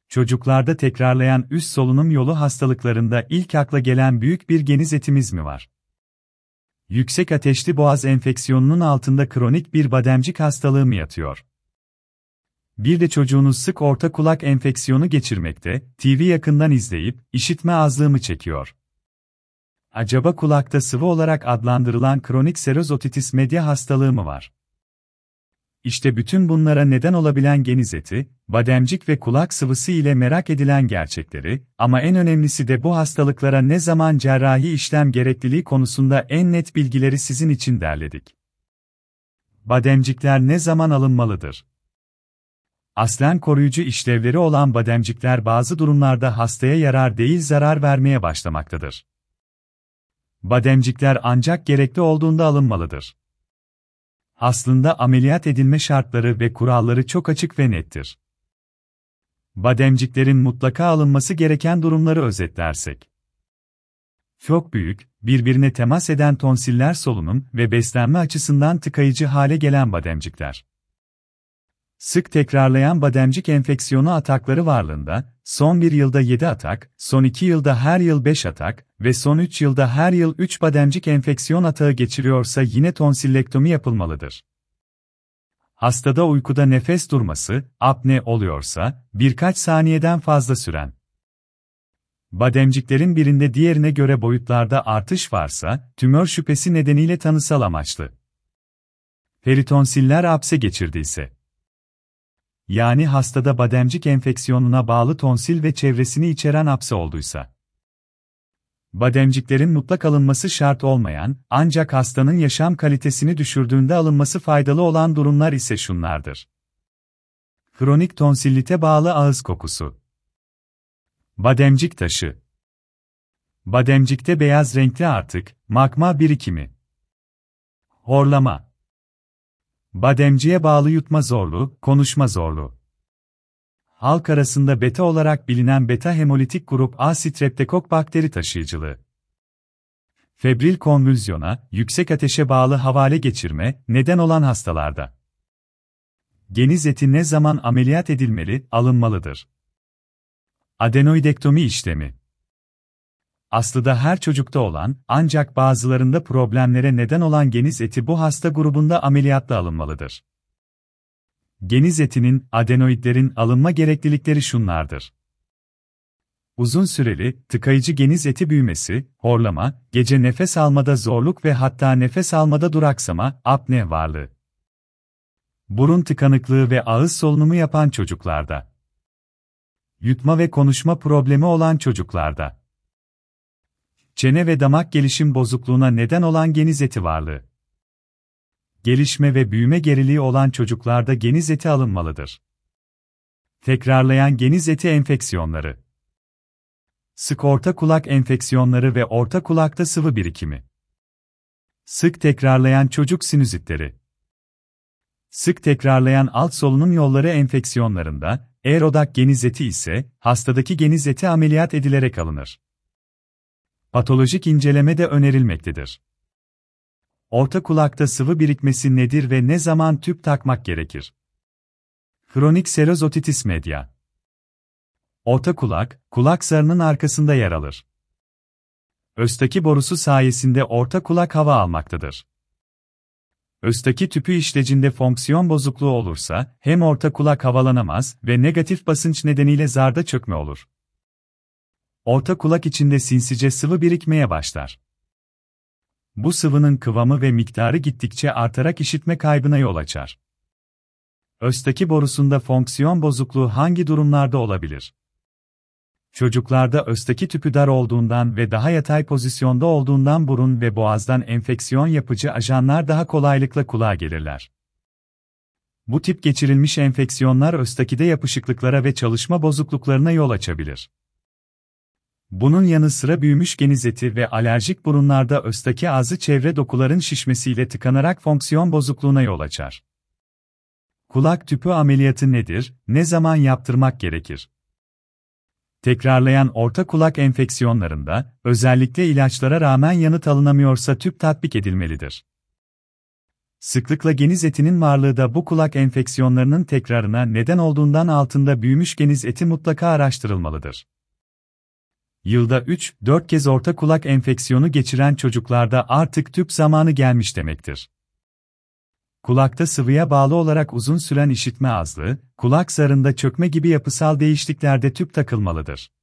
Çocuklarda tekrarlayan üst solunum yolu hastalıklarında ilk akla gelen büyük bir geniz etimiz mi var? Yüksek ateşli boğaz enfeksiyonunun altında kronik bir bademcik hastalığı mı yatıyor? Bir de çocuğunuz sık orta kulak enfeksiyonu geçirmekte, TV yakından izleyip, işitme azlığı mı çekiyor? Acaba kulakta sıvı olarak adlandırılan kronik seroz otitis media hastalığı mı var? İşte bütün bunlara neden olabilen geniz eti, bademcik ve kulak sıvısı ile merak edilen gerçekleri, ama en önemlisi de bu hastalıklara ne zaman cerrahi işlem gerekliliği konusunda en net bilgileri sizin için derledik. Bademcikler ne zaman alınmalıdır? Aslen koruyucu işlevleri olan bademcikler bazı durumlarda hastaya yarar değil zarar vermeye başlamaktadır. Bademcikler ancak gerekli olduğunda alınmalıdır. Aslında ameliyat edilme şartları ve kuralları çok açık ve nettir. Bademciklerin mutlaka alınması gereken durumları özetlersek. Çok büyük, birbirine temas eden tonsiller solunum ve beslenme açısından tıkayıcı hale gelen bademcikler. Sık tekrarlayan bademcik enfeksiyonu atakları varlığında, son 1 yılda 7 atak, son 2 yılda her yıl 5 atak ve son 3 yılda her yıl 3 bademcik enfeksiyon atağı geçiriyorsa yine tonsillektomi yapılmalıdır. Hastada uykuda nefes durması, apne oluyorsa, birkaç saniyeden fazla süren. Bademciklerin birinde diğerine göre boyutlarda artış varsa, tümör şüphesi nedeniyle tanısal amaçlı. Peritonsiller apse geçirdiyse. Yani hastada bademcik enfeksiyonuna bağlı tonsil ve çevresini içeren apse olduysa. Bademciklerin mutlak alınması şart olmayan, ancak hastanın yaşam kalitesini düşürdüğünde alınması faydalı olan durumlar ise şunlardır. Kronik tonsillite bağlı ağız kokusu. Bademcik taşı. Bademcikte beyaz renkli artık, magma birikimi. Horlama. Bademciğe bağlı yutma zorluğu, konuşma zorluğu. Halk arasında beta olarak bilinen beta hemolitik grup A streptokok bakteri taşıyıcılığı. Febril konvülsiyona, yüksek ateşe bağlı havale geçirme, neden olan hastalarda. Geniz eti ne zaman ameliyat edilmeli, alınmalıdır? Adenoidektomi işlemi. Aslında her çocukta olan, ancak bazılarında problemlere neden olan geniz eti bu hasta grubunda ameliyatla alınmalıdır. Geniz etinin, adenoidlerin alınma gereklilikleri şunlardır. Uzun süreli, tıkayıcı geniz eti büyümesi, horlama, gece nefes almada zorluk ve hatta nefes almada duraksama, apne varlığı. Burun tıkanıklığı ve ağız solunumu yapan çocuklarda. Yutma ve konuşma problemi olan çocuklarda. Çene ve damak gelişim bozukluğuna neden olan geniz eti varlığı. Gelişme ve büyüme geriliği olan çocuklarda geniz eti alınmalıdır. Tekrarlayan geniz eti enfeksiyonları. Sık orta kulak enfeksiyonları ve orta kulakta sıvı birikimi. Sık tekrarlayan çocuk sinüzitleri. Sık tekrarlayan alt solunum yolları enfeksiyonlarında, eğer odak geniz eti ise, hastadaki geniz eti ameliyat edilerek alınır. Patolojik inceleme de önerilmektedir. Orta kulakta sıvı birikmesi nedir ve ne zaman tüp takmak gerekir? Kronik seroz otitis media. Orta kulak, kulak zarının arkasında yer alır. Östaki borusu sayesinde orta kulak hava almaktadır. Östaki tüpü işlecinde fonksiyon bozukluğu olursa, hem orta kulak havalanamaz ve negatif basınç nedeniyle zarda çökme olur. Orta kulak içinde sinsice sıvı birikmeye başlar. Bu sıvının kıvamı ve miktarı gittikçe artarak işitme kaybına yol açar. Östaki borusunda fonksiyon bozukluğu hangi durumlarda olabilir? Çocuklarda östaki tüpü dar olduğundan ve daha yatay pozisyonda olduğundan burun ve boğazdan enfeksiyon yapıcı ajanlar daha kolaylıkla kulağa gelirler. Bu tip geçirilmiş enfeksiyonlar östakide yapışıklıklara ve çalışma bozukluklarına yol açabilir. Bunun yanı sıra büyümüş geniz eti ve alerjik burunlarda östaki ağzı çevre dokuların şişmesiyle tıkanarak fonksiyon bozukluğuna yol açar. Kulak tüpü ameliyatı nedir, ne zaman yaptırmak gerekir? Tekrarlayan orta kulak enfeksiyonlarında, özellikle ilaçlara rağmen yanıt alınamıyorsa tüp tatbik edilmelidir. Sıklıkla geniz etinin varlığı da bu kulak enfeksiyonlarının tekrarına neden olduğundan altında büyümüş geniz eti mutlaka araştırılmalıdır. Yılda 3-4 kez orta kulak enfeksiyonu geçiren çocuklarda artık tüp zamanı gelmiş demektir. Kulakta sıvıya bağlı olarak uzun süren işitme azlığı, kulak zarında çökme gibi yapısal değişikliklerde tüp takılmalıdır.